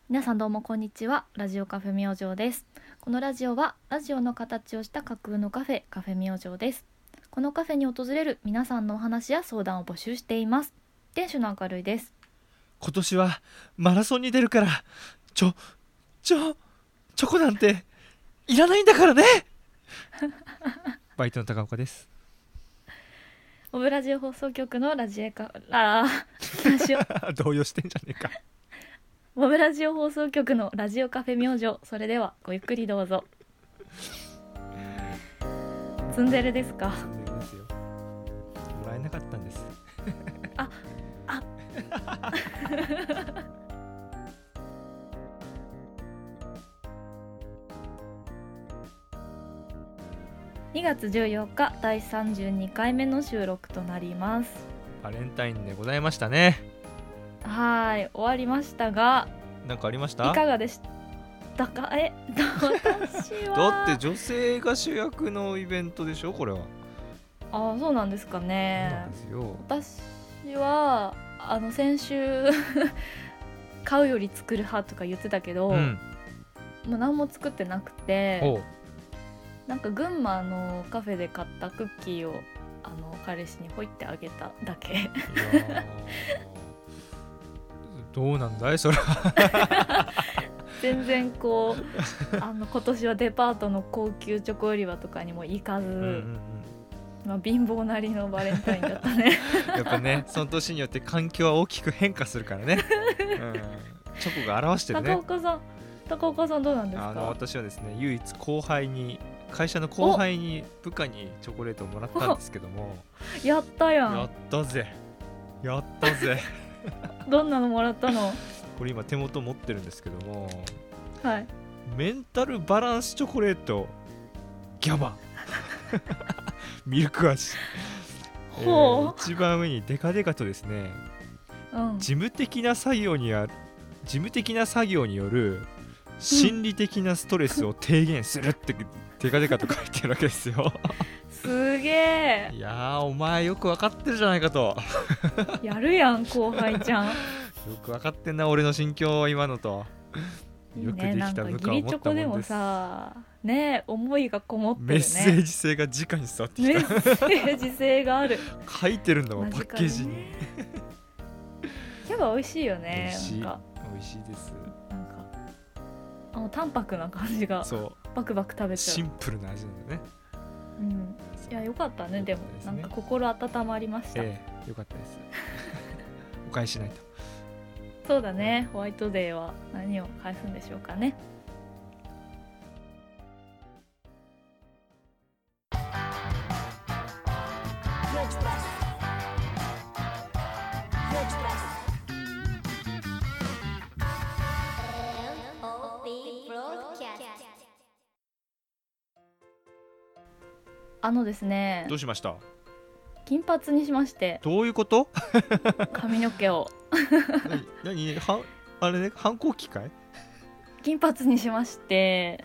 皆さんどうもこんにちは。ラジオカフェ明星です。このラジオはラジオの形をした架空のカフェ明星です。このカフェに訪れる皆さんのお話や相談を募集しています。店主の明るいです。 今年はマラソンに出るからチョコなんていらないんだからね。バイトの高岡です。 モブラジオ放送局のラジオ動揺してんじゃねえか。 モブラジオ放送局のラジオカフェ明星。それではごゆっくりどうぞ。ツンデレですか？ ツンデレですよ。もらえなかったんです。 2月14日第32回目の収録となります。 バレンタインでございましたね。 はい、終わりましたが、 なんかありました？ いかがでしたか？私はだって女性が主役のイベントでしょ、これは。 そうなんですかそうなねん。ですよ。 私は先週買うより作る派とか言ってたけど、もう何も作ってなくて、 ほう。 なんか群馬のカフェで買ったクッキーを彼氏にほいってあげただけ。 いやどうなんだいそれは。 全然こう今年はデパートの高級チョコ売り場とかにも行かず、貧乏なりのバレンタインだったね。 やっぱね、その年によって環境は大きく変化するからね。チョコが表してるね。 高岡さんどうなんですか？ 私はですね、唯一会社の後輩に部下にチョコレートをもらったんですけども、 やったやん。 やったぜどんなのもらったの？ これ今手元持ってるんですけども、 はい。 メンタルバランスチョコレートギャバミルク味、 ほう、 一番上にデカデカとですね、事務的な作業による心理的なストレスを低減するってデカデカと書いてるわけですよ。 すげえ。 いやー、お前よく分かってるじゃないかと。 やるやん後輩ちゃん。 よく分かってんな、俺の心境は今のと。よくできた部下を持ったもんです。 なんか義理チョコでもさね、思いがこもってるね。 メッセージ性が直に伝わってきメた。 ッセージ性がある。 書いてるんだもん、パッケージに。 やっぱ美味しいよ美ね。 味しい、 なんか美味しいです。 なんか淡白な感じがそう、 バクバク食べちゃう。 シンプルな味なんだよね。 いやよかったね。でもよかったですね。 なんか心温まりました。 よかったです。お返ししないと。 そうだね。ホワイトデーは何を返すんでしょうかね。ですね、 どうしました？ 金髪にしまして。 どういうこと？ 髪の毛を何あれね、反抗期かい？ 金髪にしまして。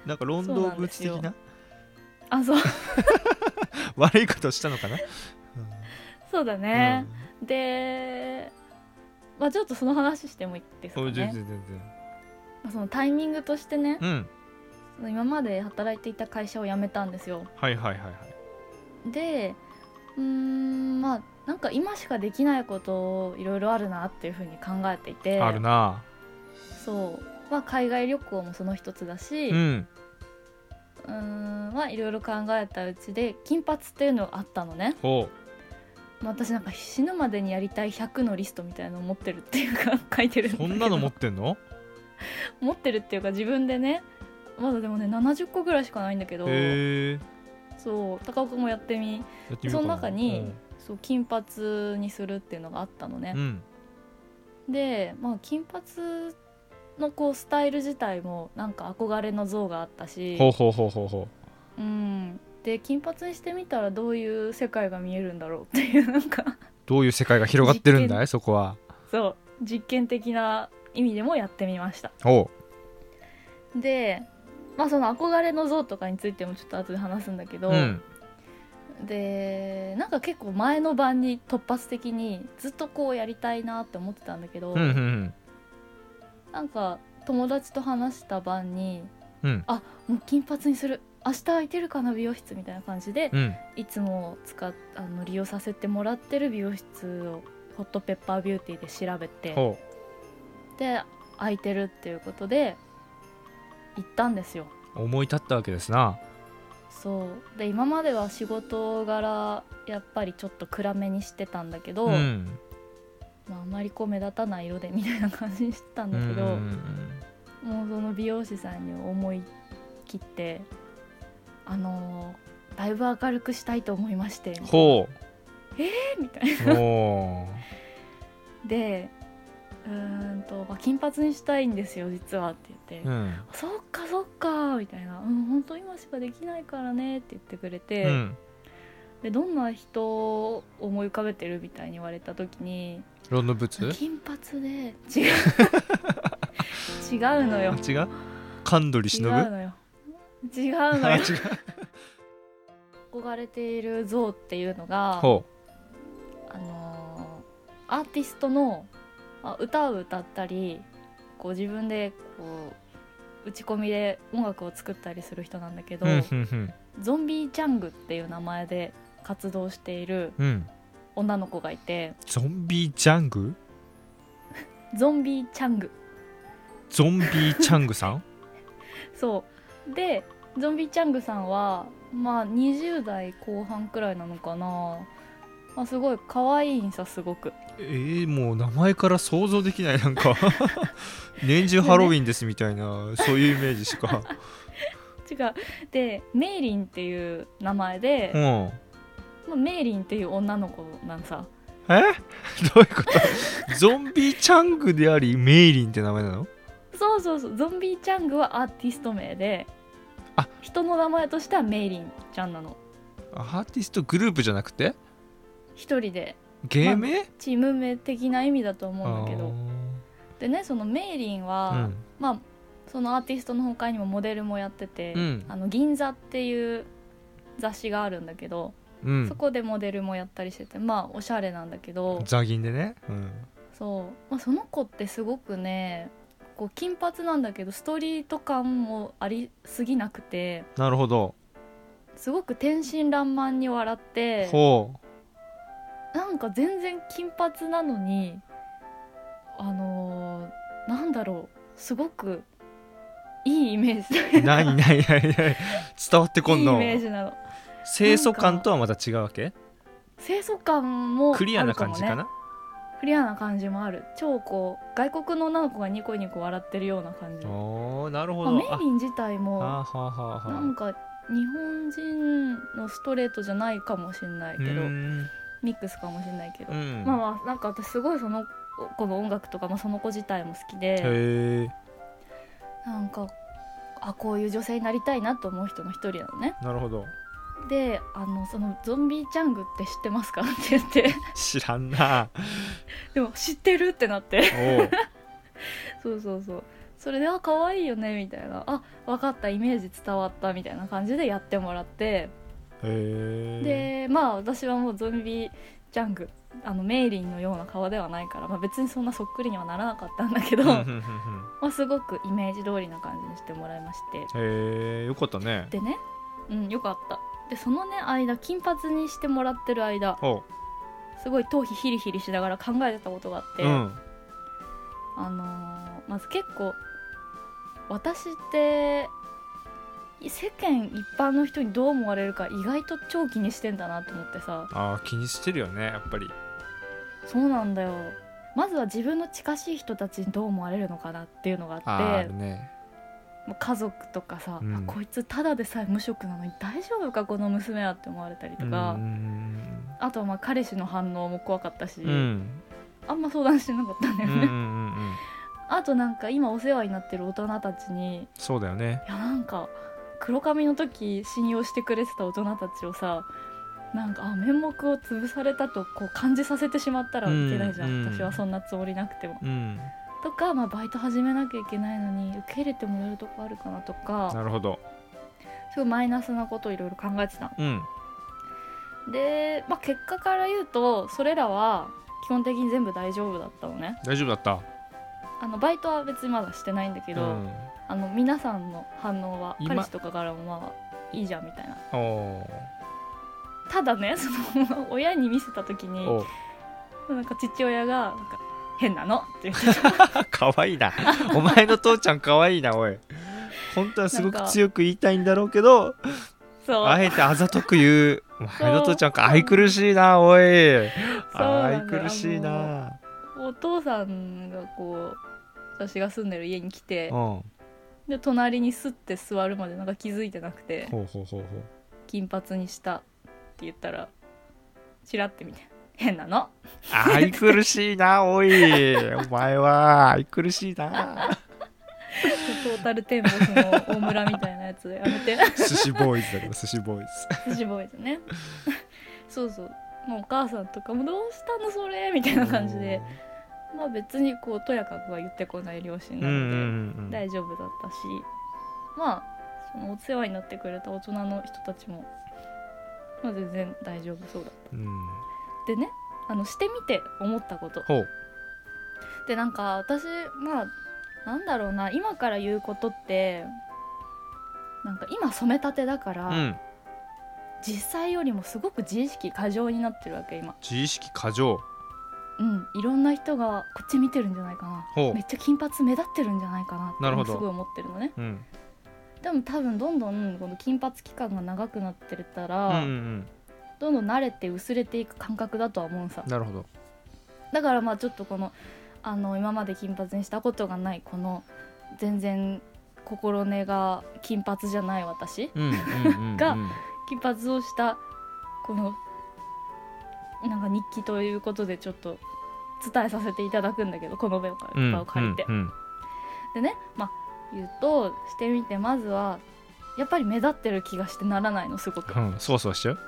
なんかロンドンブーツ的なそう悪いことしたのかな。 そうだね。で、ちょっとその話してもいいですかね。 全然そのタイミングとしてね、 その今まで働いていた会社を辞めたんですよ。で、なんか今しかできないこといろいろあるなっていうふうに考えていて。 あるな。 そう、海外旅行もその一つだし、いろいろ考えたうちで金髪っていうのがあったのね。私なんか死ぬまでにやりたい100のリストみたいなのを持ってるっていうか書いてるんだけど。 そんなの持ってんの？ 持ってるっていうか自分でね、まだでもね70個ぐらいしかないんだけど。そう、高岡もやってみその中に、そう金髪にするっていうのがあったのね。で、金髪のこうスタイル自体もなんか憧れの像があったし、で金髪にしてみたらどういう世界が見えるんだろうっていう、なんかどういう世界が広がってるんだいそこは。 そう実験的な意味でもやってみました。で、その憧れの像とかについてもちょっと後で話すんだけど、でなんか結構前の晩に突発的にずっとこうやりたいなって思ってたんだけど、なんか友達と話した晩に、 あ、 もう金髪にする、明日空いてるかな美容室みたいな感じで、いつも利用させてもらってる美容室をホットペッパービューティーで調べて、で空いてるっていうことで行ったんですよ。 思い立ったわけですな。 そうで、今までは仕事柄やっぱりちょっと暗めにしてたんだけど、あまりこう目立たない色でみたいな感じにしてたんだけど、もうその美容師さんに思い切ってだいぶ明るくしたいと思いまして、みたいなで金髪にしたいんですよ実はって言って、そっかそっかみたいな、本当今しかできないからねって言ってくれて、でどんな人を思い浮かべてるみたいに言われた時に、 ロンドンブーツ金髪で違うのよ。 違う神取忍？ 違うのよ憧れている像っていうのが、アーティストの歌を歌ったり、こう自分でこう打ち込みで音楽を作ったりする人なんだけど、ゾンビーチャングっていう名前で活動している女の子がいて、 ゾンビーチャング？ ゾンビーチャングゾンビーチャングさんそうで、ゾンビーチャングさんはまあ20代後半くらいなのかな、すごい可愛いんさ、すごく。 もう名前から想像できない、なんか年中ハロウィンですみたいな、そういうイメージしか違う。でメイリンっていう名前で、メイリンっていう女の子なんさ。 どういうことゾンビチャングでありメイリンって名前なの？ そうゾンビーチャングはアーティスト名で、人の名前としてはメイリンちゃんなの。 アーティストグループじゃなくて一人で芸名、 チーム名的な意味だと思うんだけど、でね、そのメイリンは、そのアーティストの他にもモデルもやってて、銀座っていう雑誌があるんだけど、そこでモデルもやったりしてて、おしゃれなんだけど、 ザギンでね、 そう、その子ってすごくね、こう金髪なんだけどストリート感もありすぎなくて、 なるほど、 すごく天真爛漫に笑って、なんか全然金髪なのになんだろう、すごくいいイメージ何伝わってこんの。 いいイメージなの。 清楚感とはまた違うわけ？ 清楚感もあるかもね。 クリアな感じかな。 クリアな感じもある。超こう外国の女の子がニコニコ笑ってるような感じ。 なるほど。 メイリン自体もなんか日本人のストレートじゃないかもしれないけど、ミックスかもしれないけど、なんか私すごいその子の音楽とか、その子自体も好きで、なんかこういう女性になりたいなと思う人の一人なのね。 なるほど。 でそのゾンビーチャングって知ってますかって言って、 知らんな。 でも知ってるってなってそうそれで可愛いよねみたいな、分かった、イメージ伝わったみたいな感じでやってもらって、で私はもうゾンビーチャングメイリンのような顔ではないから、別にそんなそっくりにはならなかったんだけどすごくイメージ通りな感じにしてもらいまして。 よかったね。 でね、よかった。でそのね間、金髪にしてもらってる間、すごい頭皮ヒリヒリしながら考えてたことがあって、まず結構私って世間一般の人にどう思われるか意外と超気にしてんだなと思ってさ。 気にしてるよね、やっぱり。 そうなんだよ。まずは自分の近しい人たちにどう思われるのかなっていうのがあって、家族とかさ、こいつただでさえ無職なのに大丈夫かこの娘はって思われたりとか、あとは彼氏の反応も怖かったし、あんま相談してなかったんだよねあとなんか今お世話になってる大人たちに、 そうだよね、 いやなんか黒髪の時信用してくれてた大人たちをさ、なんか面目を潰されたとこう感じさせてしまったらいけないじゃん、私はそんなつもりなくても、とか、バイト始めなきゃいけないのに受け入れてもらえるとこあるかなとか、 なるほど、 すごいマイナスなことをいろいろ考えてたの、で、結果から言うとそれらは基本的に全部大丈夫だったのね。 大丈夫だった。 バイトは別にまだしてないんだけど、皆さんの反応は彼氏とかからもまあいいじゃんみたいな。ただね、その親に見せた時になんか父親がなんか変なのって言ってた。 かわいいな、お前の父ちゃんかわいいな。おい、本当はすごく強く言いたいんだろうけど、あえてあざとく言う。お前の父ちゃんか愛くるしいな。おい、愛くるしいな。 お父さんがこう私が住んでる家に来て、で隣にスッて座るまでなんか気づいてなくて、金髪にしたって言ったらチラって見て変なの。 愛くるしいな。おい、お前は愛くるしいな。 トータルテンボスの大村みたいなやつやめて。 寿司ボーイズだから、寿司ボーイズ。寿司ボーイズね。そうそう。もうお母さんとかもどうしたのそれみたいな感じで、まあ別にこうとやかくは言ってこない両親なので大丈夫だったし、まあそのお世話になってくれた大人の人たちも、まあ、全然大丈夫そうだった。でね、してみて思ったことで、なんか私まあなんだろうな、今から言うことってなんか今染めたてだから、実際よりもすごく自意識過剰になってるわけ今。 自意識過剰。 いろんな人がこっち見てるんじゃないかな、めっちゃ金髪目立ってるんじゃないかなってすごい思ってるのね。でも多分どんどんこの金髪期間が長くなってたら、どんどん慣れて薄れていく感覚だとは思うさ。 なるほど。 だからまあちょっとこの今まで金髪にしたことがないこの全然心根が金髪じゃない私が金髪をしたこのなんか日記ということでちょっと伝えさせていただくんだけど、この場を借りて、でね、まあ言うとしてみて、まずはやっぱり目立ってる気がしてならないの、すごく。 そうそうしちゃう。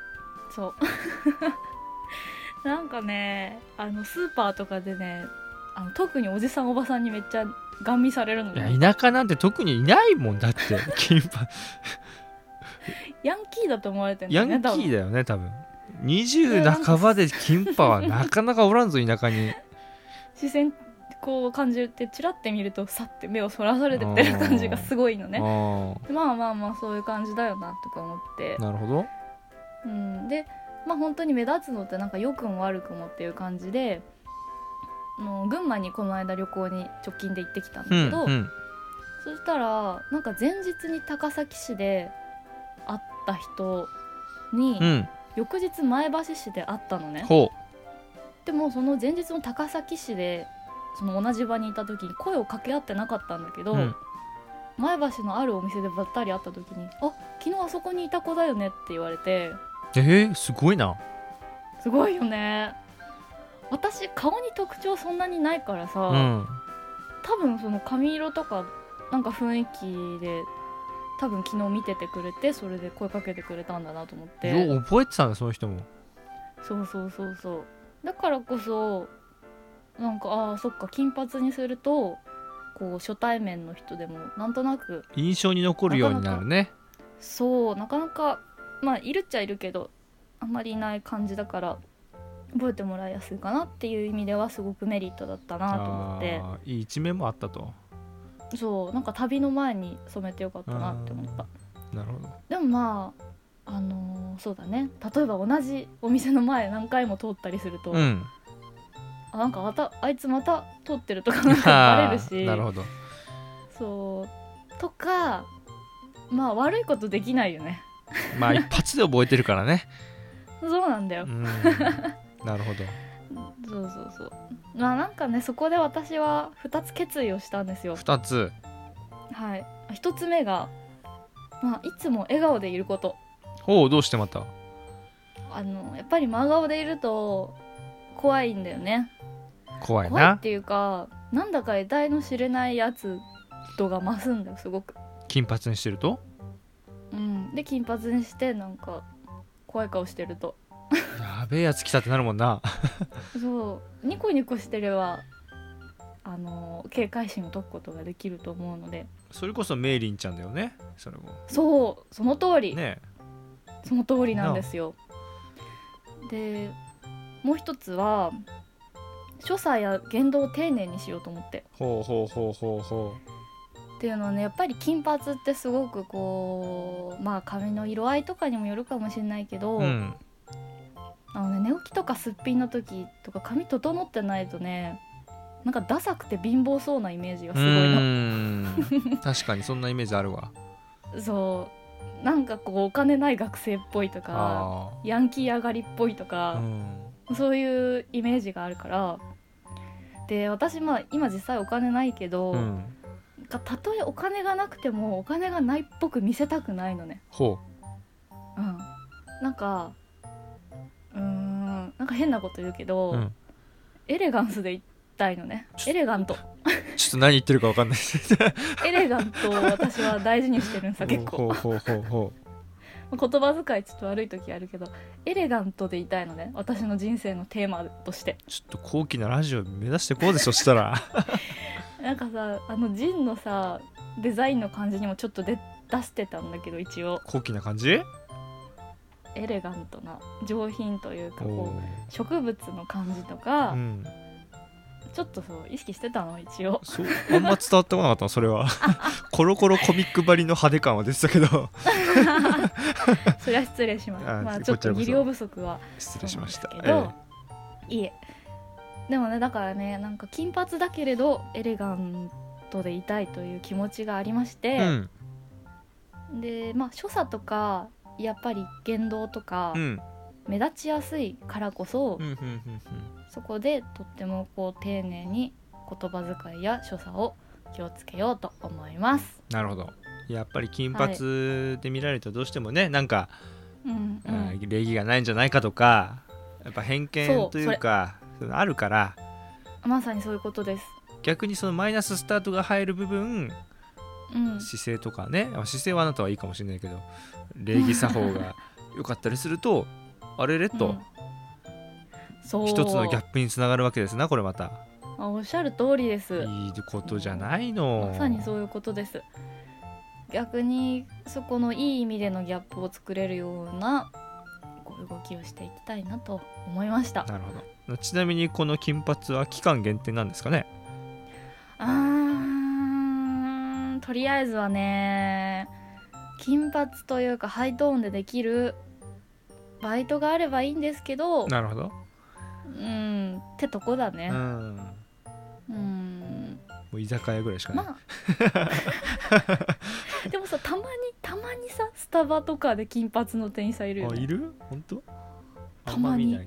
そうなんかね、スーパーとかでね、特におじさんおばさんにめっちゃガン見されるのね。 いや田舎なんて特にいないもんだって金髪ヤンキーだと思われてるんだよね。 ヤンキーだよね多分。20半ばで金髪はなかなかおらんぞ田舎に。 視線こう感じてチラって見るとさって目をそらされてってる感じがすごいのね。まあまあまあそういう感じだよなとか思って。 なるほど。 でまあ本当に目立つのってなんか良くも悪くもっていう感じで、もう群馬にこの間旅行に直近で行ってきたんだけど、そしたらなんか前日に高崎市で会った人に、翌日前橋市で会ったのね。でもその前日の高崎市でその同じ場にいた時に声を掛け合ってなかったんだけど、前橋のあるお店でばったり会った時に「あ、昨日あそこにいた子だよね」って言われて。 すごいな。 すごいよね。私顔に特徴そんなにないからさ、多分その髪色とかなんか雰囲気で多分昨日見ててくれて、それで声かけてくれたんだなと思って。 よう覚えてたんだその人も。 そうだからこそなんかそっか、金髪にするとこう初対面の人でもなんとなく印象に残るようになるね。 なかなかまあいるっちゃいるけどあんまりいない感じだから覚えてもらいやすいかなっていう意味ではすごくメリットだったなと思って。 いい一面もあったと。 なんか旅の前に染めてよかったなって思った。 なるほど。 でもまあそうだね、例えば同じお店の前何回も通ったりすると、なんかあいつまた通ってるとかなんかバレるしなるほど。 そうとか、まあ悪いことできないよね。 まあ一発で覚えてるからね。 そうなんだよ。 なるほど。 そうまあなんかね、そこで私は2つ決意をしたんですよ。 2つ。 はい。1つ目が、まあ、いつも笑顔でいること。 どうしてまた。 やっぱり真顔でいると怖いんだよね。 怖いっていうか、なんだか得体の知れないやつ度が増すんだよ、すごく。 金髪にしてると。 で金髪にしてなんか怖い顔してるとやべえやつ来たってなるもんな。 そうニコニコしてれば警戒心を解くことができると思うので。 それこそメイリンちゃんだよね。その通りね。 その通りなんですよ。でもう一つは所作や言動を丁寧にしようと思って。 ほうほうほうほうほうっていうのはね、やっぱり金髪ってすごくこう、まあ髪の色合いとかにもよるかもしれないけど、寝起きとかすっぴんの時とか髪整ってないとね、なんかダサくて貧乏そうなイメージがすごいの。 確かにそんなイメージあるわ。 そうなんかこうお金ない学生っぽいとかヤンキー上がりっぽいとか、そういうイメージがあるから。で私今実際お金ないけど、たとえお金がなくてもお金がないっぽく見せたくないのね。なんか変なこと言うけど、エレガンスで言ったいのね。エレガントちょっと何言ってるか分かんないですエレガントを私は大事にしてるんさ結構。言葉遣いちょっと悪い時あるけど、エレガントでいたいのね、私の人生のテーマとして。 ちょっと高貴なラジオ目指してこうでしょしたらなんかさ、ジンのさデザインの感じにもちょっと出してたんだけど、一応高貴な感じ、 エレガントな上品というか、こう植物の感じとか、ちょっとそう意識してたの一応。 そうあんま伝わってこなかったのそれはコロコロコミックばりの派手感は出てたけどそれは失礼します。まあちょっと技量不足は失礼しましたけど、いえでもね、だからね、なんか金髪だけれどエレガントでいたいという気持ちがありまして、で所作とかやっぱり言動とか、目立ちやすいからこそ、そこでとってもこう丁寧に言葉遣いや所作を気をつけようと思います。 なるほど。やっぱり金髪で見られるとどうしてもね、なんか、礼儀がないんじゃないかとか、やっぱ偏見というかそういうのあるから。 まさにそういうことです。 逆にそのマイナススタートが入る部分、姿勢とかね、姿勢はあなたはいいかもしれないけど礼儀作法が良かったりするとあれれと、一つのギャップにつながるわけですな、これまた。 おっしゃる通りです。 いいことじゃないの。 まさにそういうことです。逆にそこのいい意味でのギャップを作れるような動きをしていきたいなと思いました。 なるほど。ちなみにこの金髪は期間限定なんですかね。 とりあえずはね、金髪というかハイトーンでできるバイトがあればいいんですけど。 なるほど。 ってとこだね。 もう居酒屋ぐらいしかない、 でもさ、たまにさスタバとかで金髪の店員さんいるよね。 いる？本当？ たまに。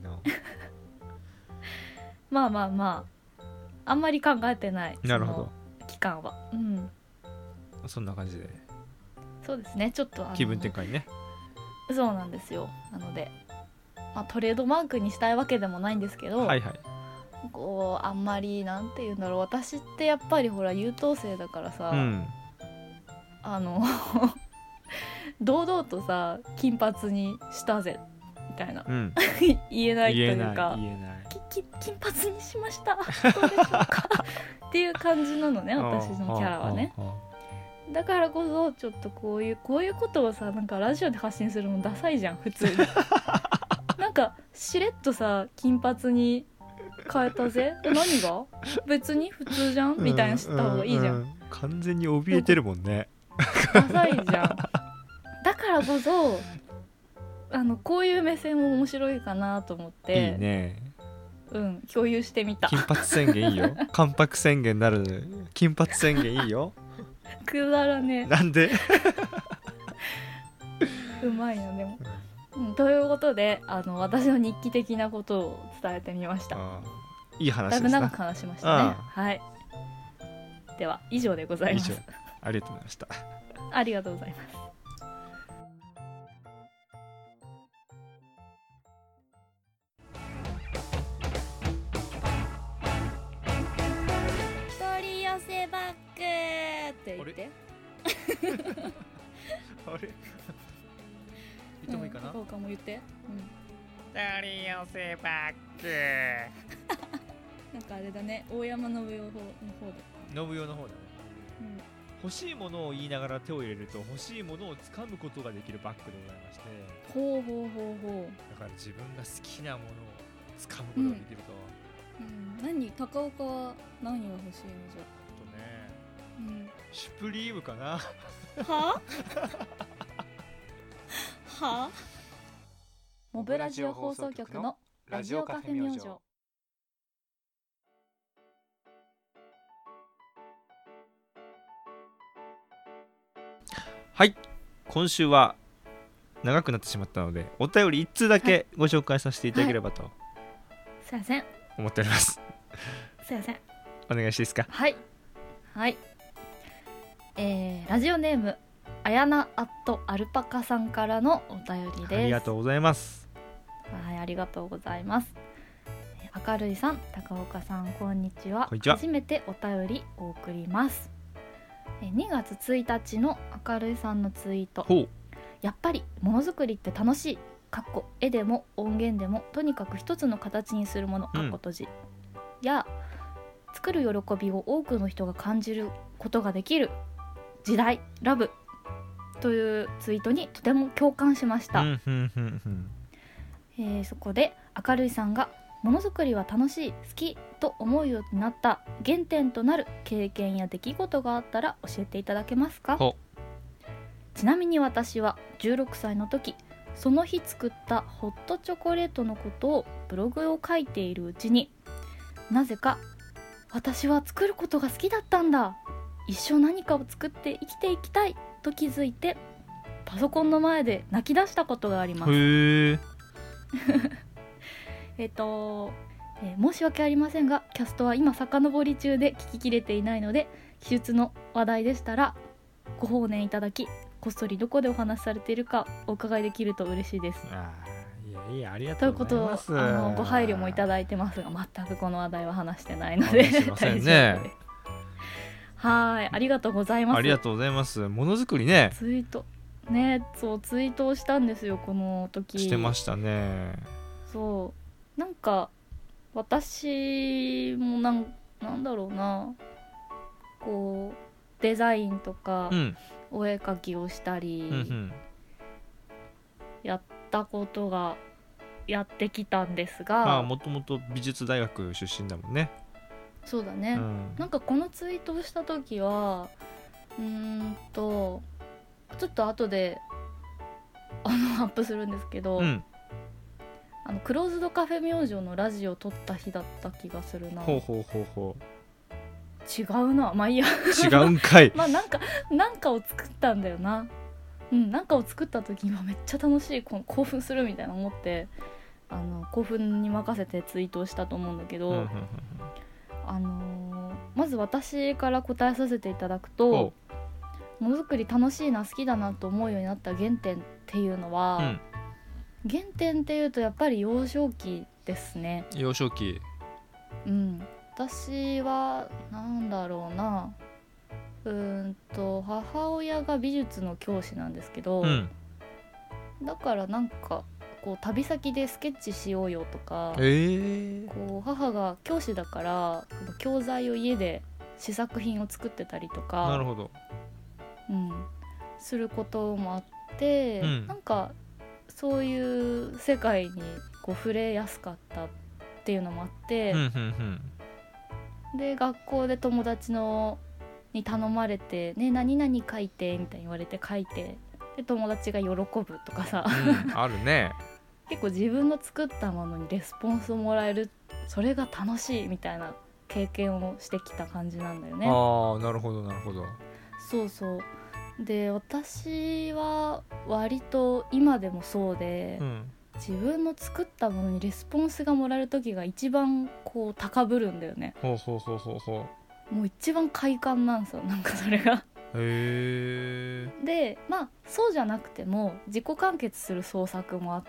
まああんまり考えてない。 なるほど。 期間は。 そんな感じで。 そうですね。ちょっと気分転換にね。 そうなんですよ。なので、トレードマークにしたいわけでもないんですけど、こうあんまりなんて言うんだろう、私ってやっぱりほら優等生だからさ、堂々とさ金髪にしたぜみたいな、言えないというか、金髪にしましたどうでしょうかっていう感じなのね、私のキャラはね。だからこそちょっとこういうことをさ、なんかラジオで発信するのダサいじゃん普通になんかしれっとさ金髪に変えたぜ、何が別に普通じゃんみたいな知った方がいいじゃん。 完全に怯えてるもんね。 ダサいじゃん。だからこそこういう目線も面白いかなと思って。 いいね。 共有してみた。 金髪宣言いいよ。関白宣言なる金髪宣言いいよ。 くだらねえ。 なんでうまいなでも。ということで私の日記的なことを伝えてみました。 いい話ですね。 だいぶ長く話しましたね。はい。では以上でございます。 ありがとうございました。 ありがとうございます。取り寄せバッグって言って。 あれ？言ってもいいかな？ そうかも言って。 取り寄せバッグ。 なんかあれだね、大山信代の方だ。 信代の方だね。欲しいものを言いながら手を入れると欲しいものを掴むことができるバッグでございまして。 ほう。 だから自分が好きなものを掴むことができると、 何高岡は何が欲しいのじゃ。 シュプリームかな。 ははモブラジオ放送局のラジオカフェ明星。 はい、今週は長くなってしまったのでお便り1通だけご紹介させていただければと、 すいません思っております。 すいません、 お願いしていいですか。 はいはい、ラジオネームあやなアルパカさんからのお便りです。 ありがとうございます。 はい、ありがとうございます。明るいさん、高岡さん、こんにちは。 こんにちは。 初めてお便りを送ります。2月1日の明るいさんのツイート。やっぱりものづくりって楽しい。絵でも音源でもとにかく一つの形にするもの、閉じや作る喜びを多くの人が感じることができる時代ラブというツイートにとても共感しました。そこで明るいさんがものづくりは楽しい、好きと思うようになった原点となる経験や出来事があったら教えていただけますか。ちなみに私は16歳の時、その日作ったホットチョコレートのことをブログを書いているうちに、なぜか私は作ることが好きだったんだ、一生何かを作って生きていきたいと気づいてパソコンの前で泣き出したことがあります。申し訳ありませんがキャストは今遡り中で聞ききれていないので、記述の話題でしたらご放念いただき、こっそりどこでお話しされているかお伺いできると嬉しいです。 いやありがとうございます。 ということをご配慮もいただいてますが、全くこの話題は話してないのですいませんね。 はい、ありがとうございます。 ありがとうございます。ものづくりね、 ツイートね、そうツイートをしたんですよ、この時。 してましたね。 そうなんか私もなんだろうな、こうデザインとか、お絵描きをしたり、やったことがやってきたんですが、 もともと美術大学出身だもんね。 そうだね、なんかこのツイートをした時はちょっと後でアップするんですけど、クローズドカフェ明星のラジオを撮った日だった気がするな。違うな、まあいいや。 違うんかい。 まあなんかを作ったんだよな。なんかを作った時今めっちゃ楽しい、興奮するみたいな思って、興奮に任せてツイートをしたと思うんだけど、まず私から答えさせていただくと、ものづくり楽しいな、好きだなと思うようになった原点っていうのは、原点っていうとやっぱり幼少期ですね。 幼少期。 私はなんだろうな、母親が美術の教師なんですけど、だからなんかこう旅先でスケッチしようよとか、こう母が教師だから教材を家で試作品を作ってたりとか、 なるほど、 することもあって、なんかそういう世界にこう触れやすかったっていうのもあって、で学校で友達に頼まれて、ね、何々書いてみたいに言われて書いて、で友達が喜ぶとかさ、 あるね。 結構自分の作ったものにレスポンスをもらえる、それが楽しいみたいな経験をしてきた感じなんだよね。 なるほどなるほど。 そうそうで、私は割と今でもそうで、自分の作ったものにレスポンスがもらえる時が一番こう高ぶるんだよね。もう一番快感なんですよ、なんかそれが。でまあそうじゃなくても自己完結する創作もあって、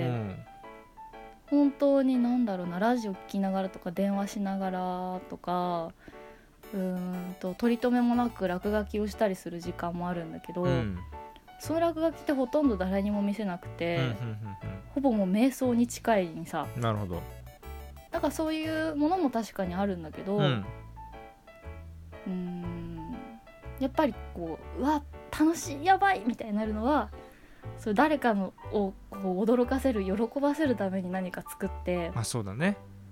本当になんだろうな、ラジオ聞きながらとか電話しながらとか、取り留めもなく落書きをしたりする時間もあるんだけど、その落書きってほとんど誰にも見せなくて、ほぼもう瞑想に近いにさ。 なるほど。 だからそういうものも確かにあるんだけど、やっぱりこうわ楽しいやばいみたいになるのは、それ誰かをこう驚かせる、喜ばせるために何か作って、 そうだね。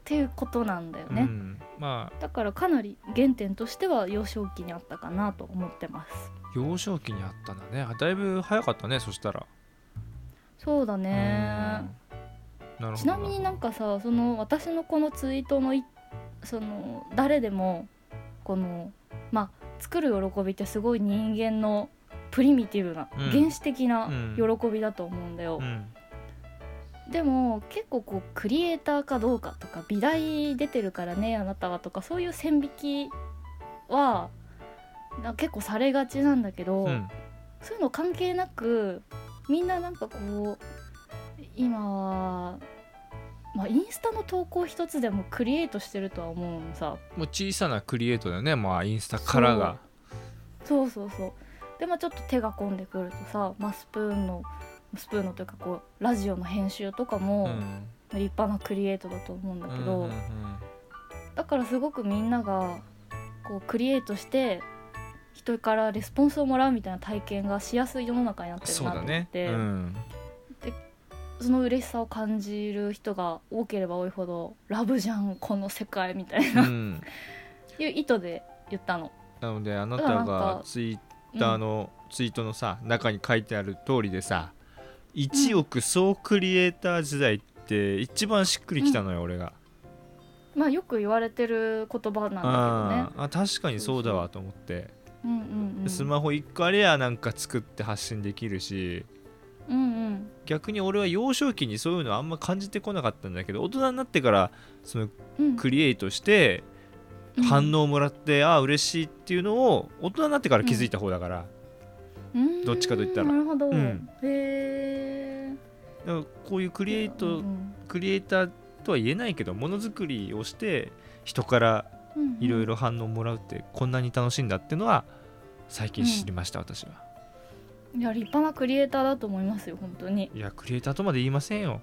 っていうことなんだよね、 まあ、 だからかなり原点としては幼少期にあったかなと思ってます。 幼少期にあったんだね。だいぶ早かったね、そしたら。 そうだね。ちなみになんかさ、その私のこのツイートのその誰でもこのまあ作る喜びってすごい人間のプリミティブな、原始的な喜びだと思うんだよ、でも結構こうクリエイターかどうかとか美大出てるからねあなたはとかそういう線引きは結構されがちなんだけど、そういうの関係なくみんななんかこう今は、まあ、インスタの投稿一つでもクリエイトしてるとは思うのさ。 もう小さなクリエイトだよね、まあ、インスタからが。 そうでもちょっと手が込んでくるとさ、スプーンのというかこうラジオの編集とかも立派なクリエイトだと思うんだけど、だからすごくみんながこうクリエイトして人からレスポンスをもらうみたいな体験がしやすい世の中になってるなと思って、でその嬉しさを感じる人が多ければ多いほどラブじゃんこの世界みたいな、いう意図で言ったの。 なのであなたがツイッターのツイートのさ、中に書いてある通りでさ、1億総クリエイター時代って一番しっくりきたのよ、俺が。 まあよく言われてる言葉なんだけどね。 確かにそうだわと思って、スマホ1個ありゃなんか作って発信できるし、逆に俺は幼少期にそういうのあんま感じてこなかったんだけど、大人になってからそのクリエイトして反応をもらって、嬉しいっていうのを大人になってから気づいた方だから、どっちかといったら。 なるほど、へだからこういうクリエイターとは言えないけど、ものづくりをして人からいろいろ反応をもらうってこんなに楽しいんだっていうのは最近知りました、私は。 いや立派なクリエイターだと思いますよ本当に。 いやクリエイターとまで言いませんよ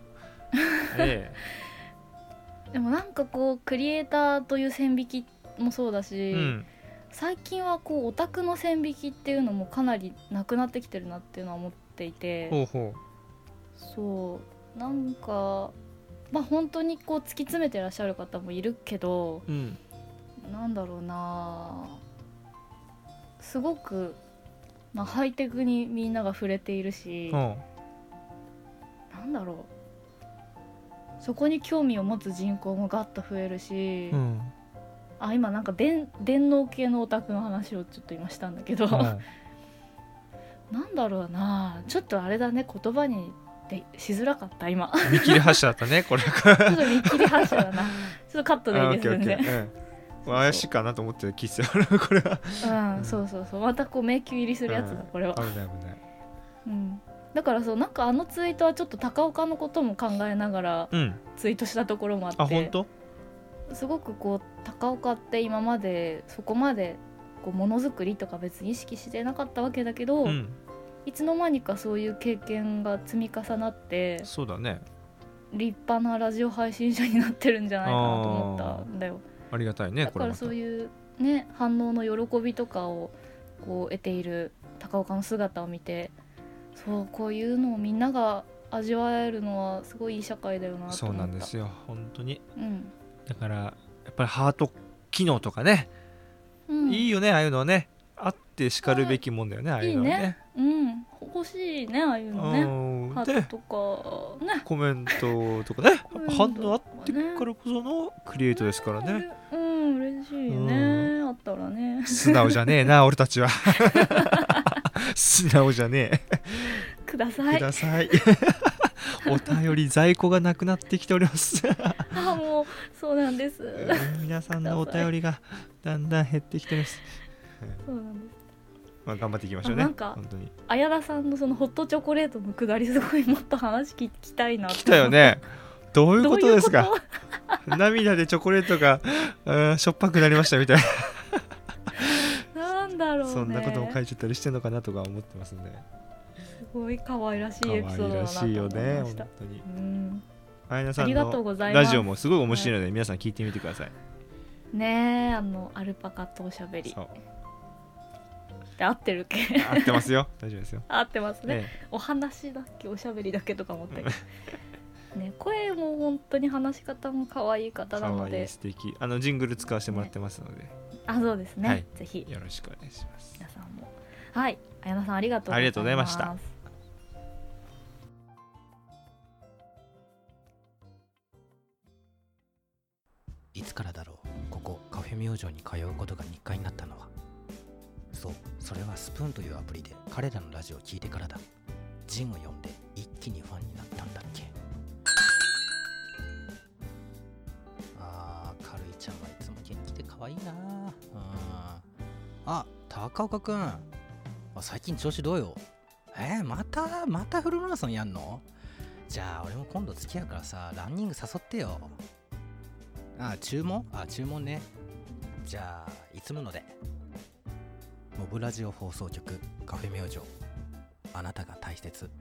でもなんかこうクリエイターという線引きもそうだし、最近はこうオタクの線引きっていうのもかなりなくなってきてるなっていうのは思っていて、そうなんか本当にこう突き詰めてらっしゃる方もいるけど、なんだろうな、すごく、ハイテクにみんなが触れているし、なんだろう、そこに興味を持つ人口もガッと増えるし、今なんか電脳系のオタクの話をちょっと今したんだけど、なんだろうな、ちょっとあれだね、言葉にしづらかった今。 見切り発車だったねこれ。ちょっと見切り発車だな。ちょっとカットでいいですよね。 怪しいかなと思ってキスこれは。 そうまたこう迷宮入りするやつだこれは。 危ない。 だからそうなんかあのツイートはちょっと高岡のことも考えながらツイートしたところもあって、 本当？ すごくこう高岡って今までそこまでこうものづくりとか別に意識してなかったわけだけど、いつの間にかそういう経験が積み重なって、 そうだね、 立派なラジオ配信者になってるんじゃないかなと思ったんだよ。 ありがたいね。 だからそういうね反応の喜びとかをこう得ている高岡の姿を見て、そうこういうのをみんなが味わえるのはすごいいい社会だよなと思った。 そうなんですよ本当に、だからやっぱりハート機能とかね、いいよね、ああいうのはね、あってしかるべきもんだよね、ああいうのはね。 欲しいね、ああいうのね。ハートとかね、 コメントとかね、反応あってからこそのクリエイトですからね。 嬉しいね、あったらね。 素直じゃねえな俺たちは。素直じゃねえ。 ください。 お便り在庫がなくなってきております。 もうそうなんです。 皆さんのお便りがだんだん減ってきてます。 そうなんです。 頑張っていきましょうね。 なんか本当に綾田さんのそのホットチョコレートのくだりすごいもっと話聞きたいなって。 来たよね。どういうことですか。涙でチョコレートがしょっぱくなりましたみたいな。 なんだろうね。 そんなことも書いちゃったりしてんのかなとか思ってますんで。 すごい可愛らしいエピソードだなと思いました。可愛らしいよね本当に。 綾田さんのラジオもすごい面白いので、皆さん聞いてみてください。 ねえ、アルパカとおしゃべり。で合ってるっけ？ 合ってますよ。大丈夫ですよ。 合ってますね。お話だっけおしゃべりだっけとか思って。 ね、声も本当に話し方も可愛い方なので、 可愛い、素敵。ジングル使わせてもらってますので、 そうですね、はい、ぜひよろしくお願いします。 皆さんも。はい、綾菜さんありがとうございました。 いつからだろう、ここカフェ明星に通うことが日課になったのは。そう、それはスプーンというアプリで彼らのラジオを聞いてからだ。ジンを読んで一気にファンになったんだっけ。カルイちゃんはいつも元気で可愛いな。高岡くん、最近調子どうよ。またフルマラソンやんの？じゃあ俺も今度付き合うからさ、ランニング誘ってよ。注文ね。じゃあいつもので。モブラジオ放送局カフェ明星、あなたが大切。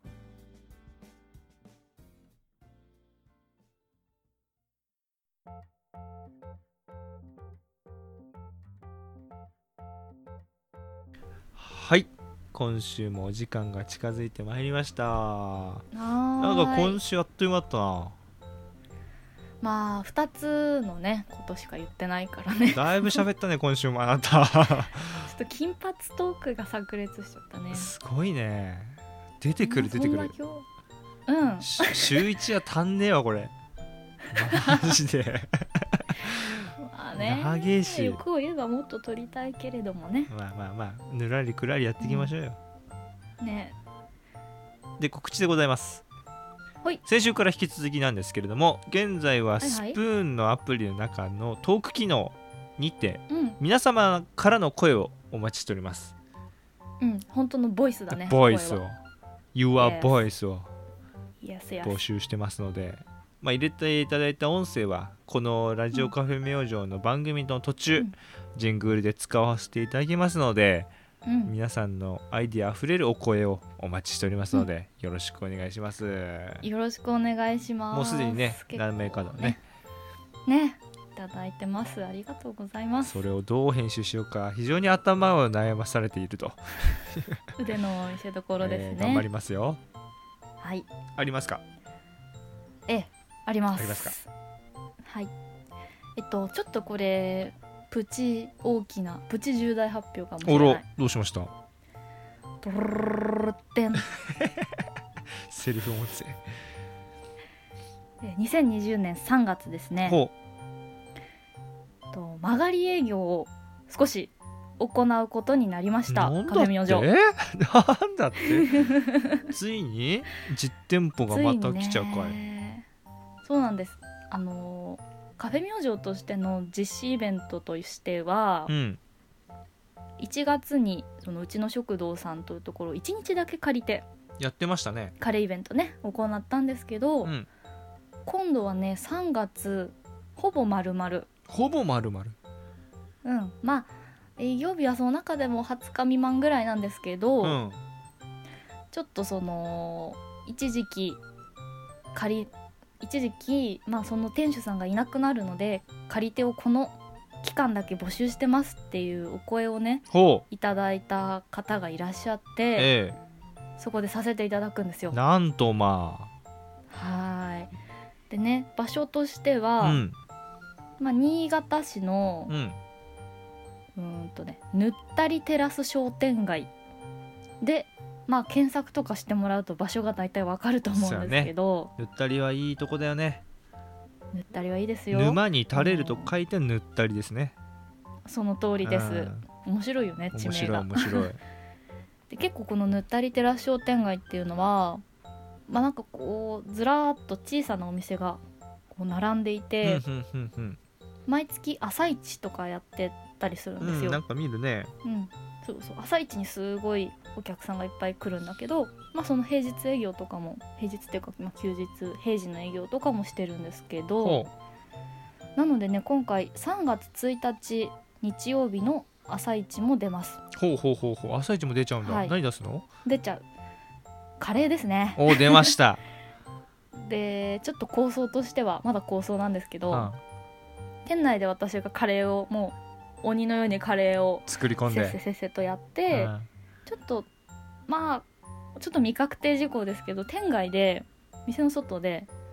はい、今週もお時間が近づいてまいりました。なんか今週あっという間だったな。 まあ2つのねことしか言ってないからね。 だいぶ喋ったね今週もあなた。ちょっと金髪トークが炸裂しちゃったね。 すごいね。出てくる。週1は足んねえわこれ。マジで。 まあね、長いし、欲を言えばもっと撮りたいけれどもね。 まあぬらりくらりやっていきましょうよ。 ね。で告知でございます。先週から引き続きなんですけれども、現在はスプーンのアプリの中のトーク機能にて、皆様からの声をお待ちしております。 本当のボイスだね。 ボイスを Your Voice を募集してますので、入れていただいた音声はこのラジオカフェ明星の番組の途中、ジングルで使わせていただきますので、皆さんのアイディアあふれるお声をお待ちしておりますので、よろしくお願いします。 よろしくお願いします。 もうすでにね、何名かのねいただいてます。ありがとうございます。 それをどう編集しようか非常に頭を悩まされていると。 腕の見せ所ですね。 頑張りますよ。 はい。 ありますか？ あります。 ありますか？ はい。ちょっとこれプチ重大発表かもしれない。 どうしました？ ドルルルテン。 セルフ音声。 2020年3月ですね。曲がり営業を少し行うことになりました。カフェ明星。 なんだって。ついに実店舗がまた来ちゃうかい。 そうなんです。カフェ明星としての実施イベントとしては、1月にうちの食堂さんというところを1日だけ借りてやってましたね。 カレーイベントね行ったんですけど、今度はね3月ほぼ丸々。まあ営業日はその中でも20日未満ぐらいなんですけど、ちょっと一時期その店主さんがいなくなるので借り手をこの期間だけ募集してますっていうお声をねいただいた方がいらっしゃって、そこでさせていただくんですよ。 なんとでね、場所としては、新潟市の、ぬったりテラス商店街で検索とかしてもらうと場所が大体わかると思うんですけど、 ぬったりはいいとこだよね。 ぬったりはいいですよ。 沼に垂れると書いてぬったりですね。 その通りです。面白いよね、地名が。 面白い。 で結構このぬったりテラス商店街っていうのは、なんかこうずらーっと小さなお店がこう並んでいて、毎月朝市とかやってたりするんですよ。 なんか見るね。 そう朝市にすごいお客さんがいっぱい来るんだけど、その平日営業とかも平日っていうか、休日平時の営業とかもしてるんですけど、なのでね今回3月1日日曜日の朝市も出ます。 朝市も出ちゃうんだ。何出すの？ 出ちゃうカレーですね。 出ました。 でちょっと構想としてはまだ構想なんですけど、店内で私がカレーをもう鬼のようにカレーを作り込んでせっとやって、ちょっと未確定事項ですけど、店外で店の外で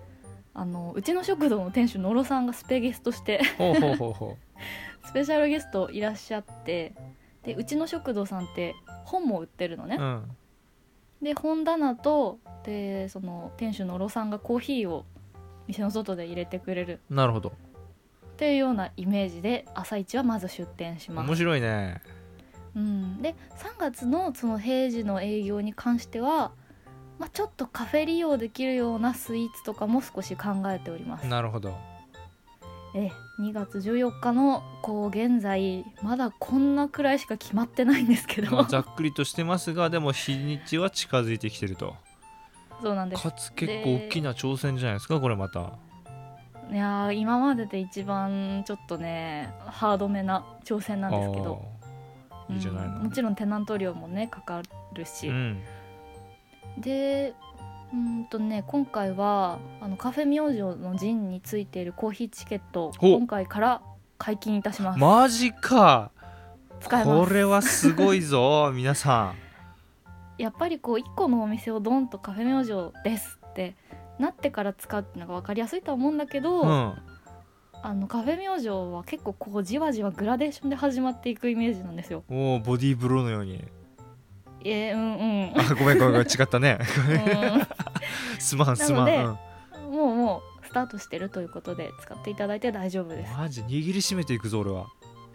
うちの食堂の店主野呂さんがスペゲスとしてスペシャルゲストいらっしゃって、でうちの食堂さんって本も売ってるのね、で本棚とでその店主野呂さんがコーヒーを店の外で入れてくれる、 なるほどっていうようなイメージで朝一はまず出店します。 面白いね。 で3月のその平時の営業に関しては、ちょっとカフェ利用できるようなスイーツとかも少し考えております。 なるほど。 2月14日の現在まだこんなくらいしか決まってないんですけど、 ざっくりとしてますが、でも日にちは近づいてきてると。 そうなんです。 かつ結構大きな挑戦じゃないですかこれまた。 いや今までで一番ちょっとねハードめな挑戦なんですけど、 いいじゃないの。 もちろんテナント料もねかかるし、で今回はカフェ明星のジンについているコーヒーチケットを今回から解禁いたします。 マジか。 使えます。 これはすごいぞ皆さんやっぱり1個のお店をドンとカフェ明星ですってなってから使うっていうのが分かりやすいとは思うんだけど、カフェ明星は結構じわじわグラデーションで始まっていくイメージなんですよ。 ボディーブローのように。ごめん違ったねすまんなので、もうスタートしてるということで使っていただいて大丈夫です。 マジ握りしめていくぞ俺は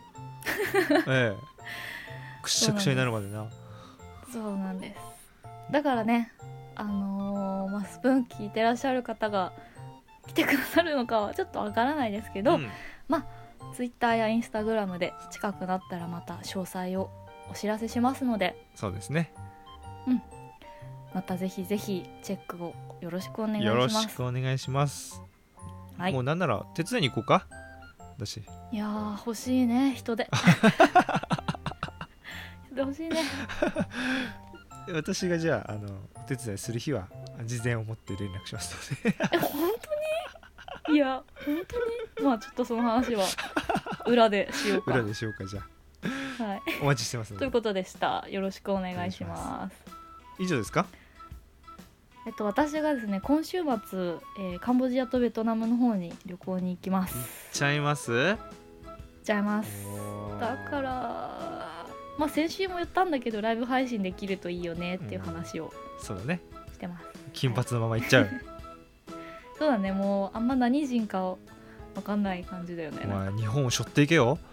くしゃくしゃになるまでな。 そうなんです。だからねスプーン聞いてらっしゃる方が来てくださるのかはちょっとわからないですけど、Twitter や Instagram で近くなったらまた詳細をお知らせしますので。 そうですね。 またぜひぜひチェックをよろしくお願いします。 よろしくお願いします。もうなんなら手伝いに行こうか。私いや欲しいね人で人で欲しいね私がじゃあお手伝いする日は事前を持って連絡しますので本当にいや本当にちょっとその話は裏でしようか。 裏でしようかじゃあ、はい、お待ちしてますので。 ということでした。よろしくお願いします。 以上ですか？ 私がですね今週末、カンボジアとベトナムの方に旅行に行きます。 行っちゃいます？行っちゃいます。だから先週も言ったんだけどライブ配信できるといいよねっていう話をそうだねしてます。 金髪のまま行っちゃうそうだね。もうあんま何人か分かんない感じだよね。 日本を背負っていけよ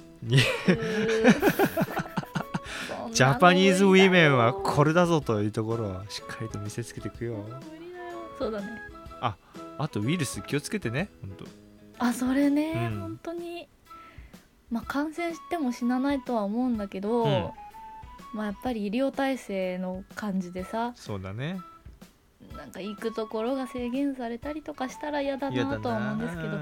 ジャパニーズウィメンはこれだぞというところをしっかりと見せつけていくよ。 そうだね。 あとウイルス気をつけてね本当。それね、本当に感染しても死なないとは思うんだけど、やっぱり医療体制の感じでさ。そうだね。なんか行くところが制限されたりとかしたら嫌だなとは思うんですけど、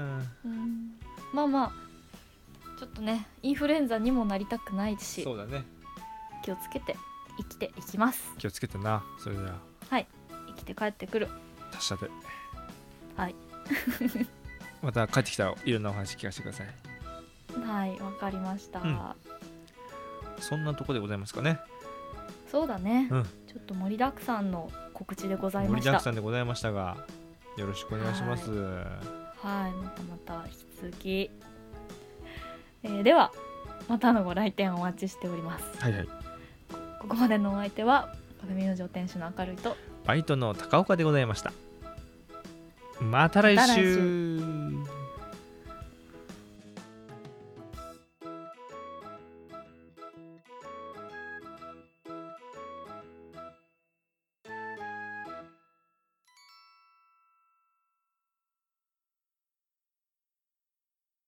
ちょっとねインフルエンザにもなりたくないし、 そうだね。 気をつけて生きていきます。 気をつけてな。それでははい生きて帰ってくる。 達者ではいまた帰ってきたらいろんなお話聞かせてください。 はいわかりました、 そんなとこでございますかね。 そうだね、ちょっと盛りだくさんの告知でございました。 盛りだくさんでございましたがよろしくお願いします。 はいまた引き続き、ではまたのご来店お待ちしております。 はいはい。 ここまでのお相手はカフェ明星店主の明るいとバイトの高岡でございました。また来週。